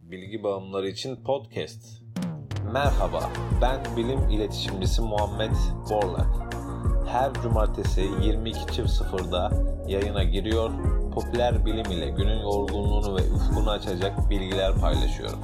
bilgi bağımlıları için podcast. Merhaba, ben bilim iletişimcisi Muhammed Borlak. Her cumartesi 22.00'da yayına giriyor, popüler bilim ile günün yorgunluğunu ve ufkunu açacak bilgiler paylaşıyorum.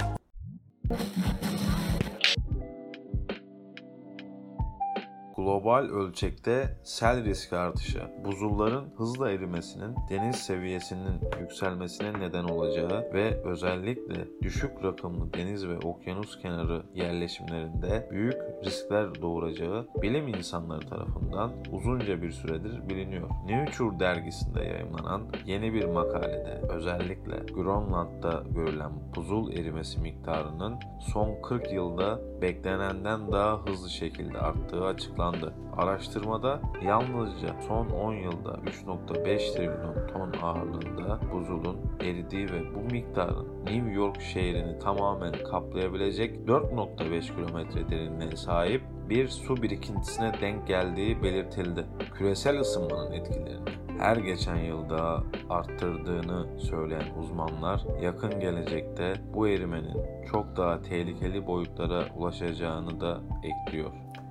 Global ölçekte sel riski artışı, buzulların hızla erimesinin deniz seviyesinin yükselmesine neden olacağı ve özellikle düşük rakımlı deniz ve okyanus kenarı yerleşimlerinde büyük riskler doğuracağı bilim insanları tarafından uzunca bir süredir biliniyor. Nature dergisinde yayımlanan yeni bir makalede özellikle Grönland'da görülen buzul erimesi miktarının son 40 yılda beklenenden daha hızlı şekilde arttığı açıklandı. Araştırmada yalnızca son 10 yılda 3.5 trilyon ton ağırlığında buzulun eridiği ve bu miktarın New York şehrini tamamen kaplayabilecek 4.5 kilometre derinliğe sahip bir su birikintisine denk geldiği belirtildi. Küresel ısınmanın etkilerini her geçen yılda arttırdığını söyleyen uzmanlar yakın gelecekte bu erimenin çok daha tehlikeli boyutlara ulaşacağını da ekliyor.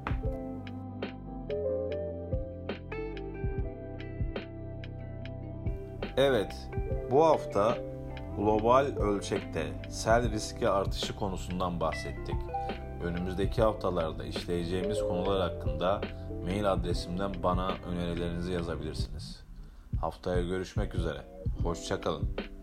Evet, bu hafta global ölçekte sel riski artışı konusundan bahsettik. Önümüzdeki haftalarda işleyeceğimiz konular hakkında mail adresimden bana önerilerinizi yazabilirsiniz. Haftaya görüşmek üzere. Hoşça kalın.